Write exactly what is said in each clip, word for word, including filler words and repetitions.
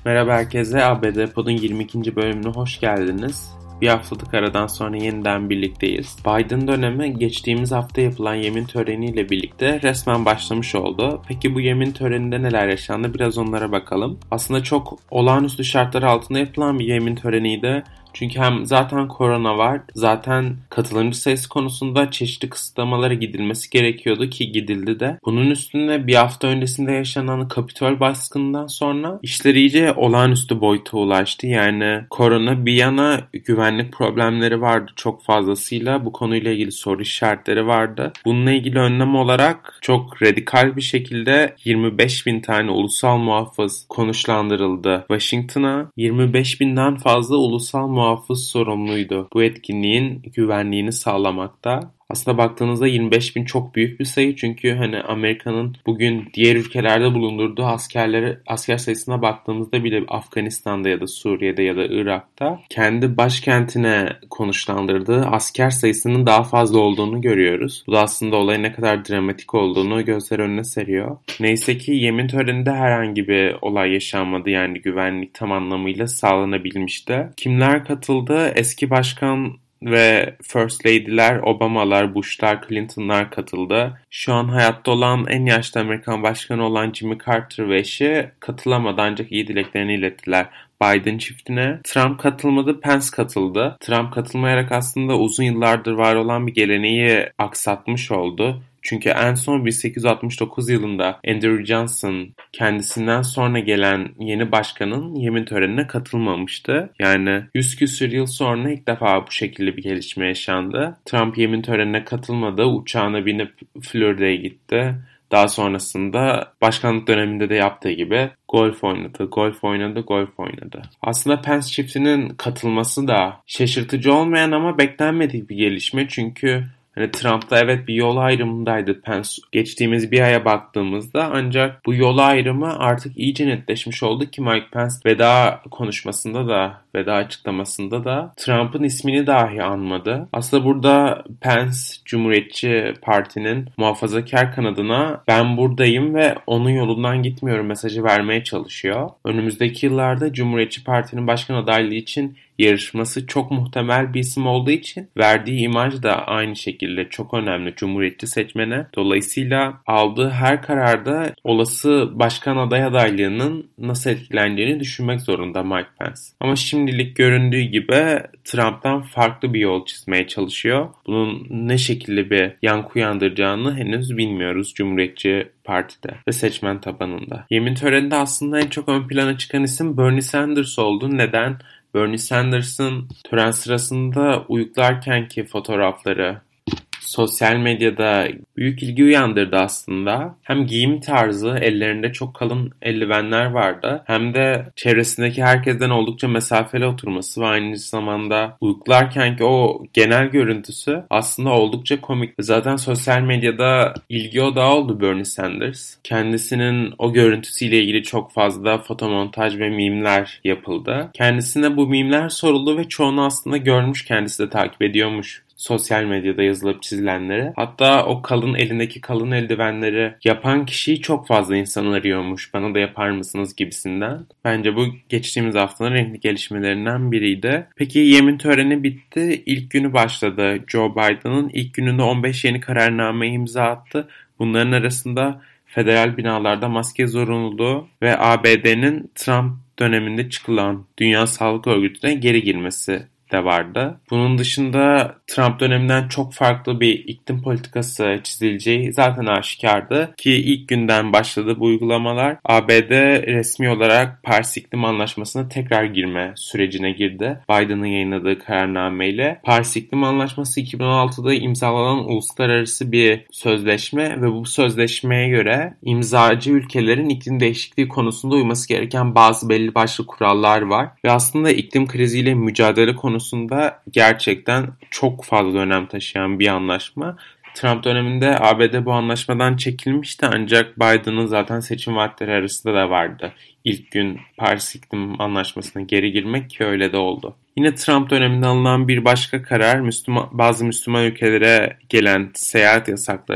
Merhaba herkese, A B D Pod'un yirmi ikinci bölümüne hoş geldiniz. Bir haftalık aradan sonra yeniden birlikteyiz. Biden dönemi geçtiğimiz hafta yapılan yemin töreniyle birlikte resmen başlamış oldu. Peki bu yemin töreninde neler yaşandı? Biraz onlara bakalım. Aslında çok olağanüstü şartlar altında yapılan bir yemin töreniydi. Çünkü hem zaten korona var, zaten katılımcı sayısı konusunda çeşitli kısıtlamalara gidilmesi gerekiyordu ki gidildi de. Bunun üstüne bir hafta öncesinde yaşanan Kapitol baskınından sonra işler iyice olağanüstü boyuta ulaştı. Yani korona bir yana güvenlik problemleri vardı çok fazlasıyla. Bu konuyla ilgili soru işaretleri vardı. Bununla ilgili önlem olarak çok radikal bir şekilde yirmi beş bin tane ulusal muhafız konuşlandırıldı. Washington'a yirmi beş binden fazla ulusal muhafız muhafız sorumluydu bu etkinliğin güvenliğini sağlamakta. Aslında baktığınızda yirmi beş bin çok büyük bir sayı çünkü hani Amerika'nın bugün diğer ülkelerde bulundurduğu askerleri asker sayısına baktığımızda bile Afganistan'da ya da Suriye'de ya da Irak'ta kendi başkentine konuşlandırdığı asker sayısının daha fazla olduğunu görüyoruz. Bu da aslında olayın ne kadar dramatik olduğunu gözler önüne seriyor. Neyse ki yemin töreninde herhangi bir olay yaşanmadı, yani güvenlik tam anlamıyla sağlanabilmişti. Kimler katıldı? Eski başkan ve First Lady'ler, Obama'lar, Bush'lar, Clinton'lar katıldı. Şu an hayatta olan en yaşlı Amerikan başkanı olan Jimmy Carter ve eşi katılamadı ancak iyi dileklerini ilettiler Biden çiftine. Trump katılmadı, Pence katıldı. Trump katılmayarak aslında uzun yıllardır var olan bir geleneği aksatmış oldu. Çünkü en son bin sekiz yüz altmış dokuz yılında Andrew Johnson kendisinden sonra gelen yeni başkanın yemin törenine katılmamıştı. Yani yüz küsür yıl sonra ilk defa bu şekilde bir gelişme yaşandı. Trump yemin törenine katılmadı, uçağına binip Florida'ya gitti. Daha sonrasında başkanlık döneminde de yaptığı gibi golf oynadı, golf oynadı, golf oynadı. Aslında Pence çiftinin katılması da şaşırtıcı olmayan ama beklenmedik bir gelişme. Çünkü hani Trump'ta evet bir yol ayrımındaydı Pence geçtiğimiz bir aya baktığımızda, ancak bu yol ayrımı artık iyice netleşmiş oldu ki Mike Pence veda konuşmasında da, veda açıklamasında da Trump'ın ismini dahi anmadı. Aslında burada Pence, Cumhuriyetçi Parti'nin muhafazakar kanadına ben buradayım ve onun yolundan gitmiyorum mesajı vermeye çalışıyor. Önümüzdeki yıllarda Cumhuriyetçi Parti'nin başkan adaylığı için yarışması çok muhtemel bir isim olduğu için verdiği imaj da aynı şekilde çok önemli Cumhuriyetçi seçmene. Dolayısıyla aldığı her kararda olası başkan aday adaylığının nasıl etkileneceğini düşünmek zorunda Mike Pence. Ama şimdilik göründüğü gibi Trump'tan farklı bir yol çizmeye çalışıyor. Bunun ne şekilde bir yankı uyandıracağını henüz bilmiyoruz Cumhuriyetçi Parti'de ve seçmen tabanında. Yemin töreninde aslında en çok ön plana çıkan isim Bernie Sanders oldu. Neden? Bernie Sanders'ın tören sırasında uyuklarkenki fotoğrafları sosyal medyada büyük ilgi uyandırdı aslında. Hem giyim tarzı, ellerinde çok kalın eldivenler vardı, hem de çevresindeki herkesten oldukça mesafeli oturması ve aynı zamanda uyuklarkenki o genel görüntüsü aslında oldukça komik. Zaten sosyal medyada ilgi odağı oldu Bernie Sanders. Kendisinin o görüntüsüyle ilgili çok fazla fotomontaj ve mimler yapıldı. Kendisine bu mimler soruldu ve çoğunu aslında görmüş, kendisi de takip ediyormuş sosyal medyada yazılıp çizilenleri. Hatta o kalın elindeki kalın eldivenleri yapan kişiyi çok fazla insan arıyormuş. Bana da yapar mısınız gibisinden. Bence bu geçtiğimiz haftanın renkli gelişmelerinden biriydi. Peki yemin töreni bitti. İlk günü başladı. Joe Biden'ın ilk gününde on beş yeni kararname imza attı. Bunların arasında federal binalarda maske zorunluluğu ve A B D'nin Trump döneminde çıkılan Dünya Sağlık Örgütü'ne geri girmesi de vardı. Bunun dışında Trump döneminden çok farklı bir iklim politikası çizileceği zaten aşikardı ki ilk günden başladı bu uygulamalar. A B D resmi olarak Paris İklim Anlaşması'na tekrar girme sürecine girdi. Biden'ın yayınladığı kararnameyle. Paris İklim Anlaşması iki bin on altıda imzalanan uluslararası bir sözleşme ve bu sözleşmeye göre imzacı ülkelerin iklim değişikliği konusunda uyması gereken bazı belli başlı kurallar var ve aslında iklim kriziyle mücadele konusunda konusunda gerçekten çok fazla önem taşıyan bir anlaşma. Trump döneminde A B D bu anlaşmadan çekilmişti ancak Biden'ın zaten seçim vaatleri arasında da vardı. İlk gün Paris İklim Anlaşması'na geri girmek ki öyle de oldu. Yine Trump döneminde alınan bir başka karar Müslüman, bazı Müslüman ülkelere gelen seyahat yasakları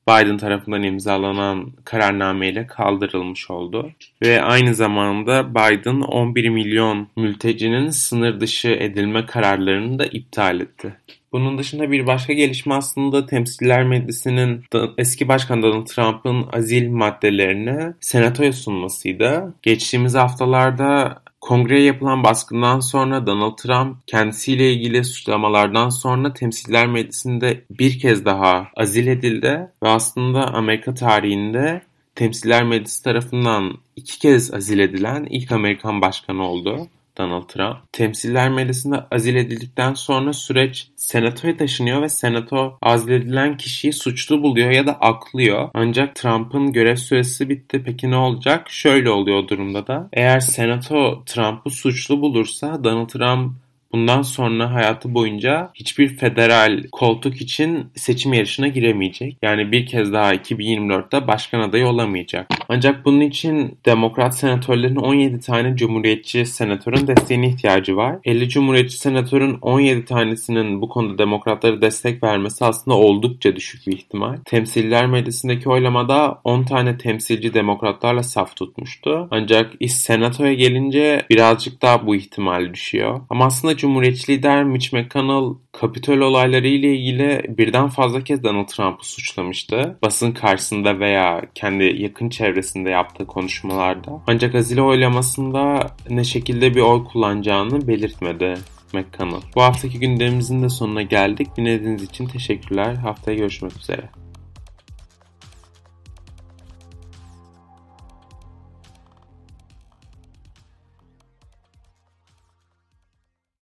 Biden tarafından imzalanan kararnameyle kaldırılmış oldu. Ve aynı zamanda Biden on bir milyon mültecinin sınır dışı edilme kararlarını da iptal etti. Bunun dışında bir başka gelişme aslında Temsiller Meclisi'nin eski başkan Donald Trump'ın azil maddelerini senatoya sunmasıydı. Geçtiğimiz haftalarda Kongreye yapılan baskından sonra Donald Trump kendisiyle ilgili suçlamalardan sonra Temsiller Meclisi'nde bir kez daha azil edildi ve aslında Amerika tarihinde Temsiller Meclisi tarafından iki kez azil edilen ilk Amerikan başkanı oldu Donald Trump. Temsiller Meclisi'nde azil edildikten sonra süreç senatoya taşınıyor ve senato azil edilen kişiyi suçlu buluyor ya da aklıyor. Ancak Trump'ın görev süresi bitti. Peki ne olacak? Şöyle oluyor o durumda da. Eğer senato Trump'ı suçlu bulursa Donald Trump bundan sonra hayatı boyunca hiçbir federal koltuk için seçim yarışına giremeyecek. Yani bir kez daha iki bin yirmi dörtte başkan adayı olamayacak. Ancak bunun için Demokrat senatörlerin on yedi tane Cumhuriyetçi senatörün desteğine ihtiyacı var. elli Cumhuriyetçi senatörün on yedi tanesinin bu konuda Demokratlara destek vermesi aslında oldukça düşük bir ihtimal. Temsiller Meclisi'ndeki oylamada on tane temsilci Demokratlarla saf tutmuştu. Ancak iş senatoya gelince birazcık daha bu ihtimal düşüyor. Ama aslında Cumhuriyetçi lider Mitch McConnell Kapitol olayları ile ilgili birden fazla kez Donald Trump'ı suçlamıştı. Basın karşısında veya kendi yakın çevresinde yaptığı konuşmalarda. Ancak azil oylamasında ne şekilde bir oy kullanacağını belirtmedi McConnell. Bu haftaki gündemimizin de sonuna geldik. Dinlediğiniz için teşekkürler. Haftaya görüşmek üzere.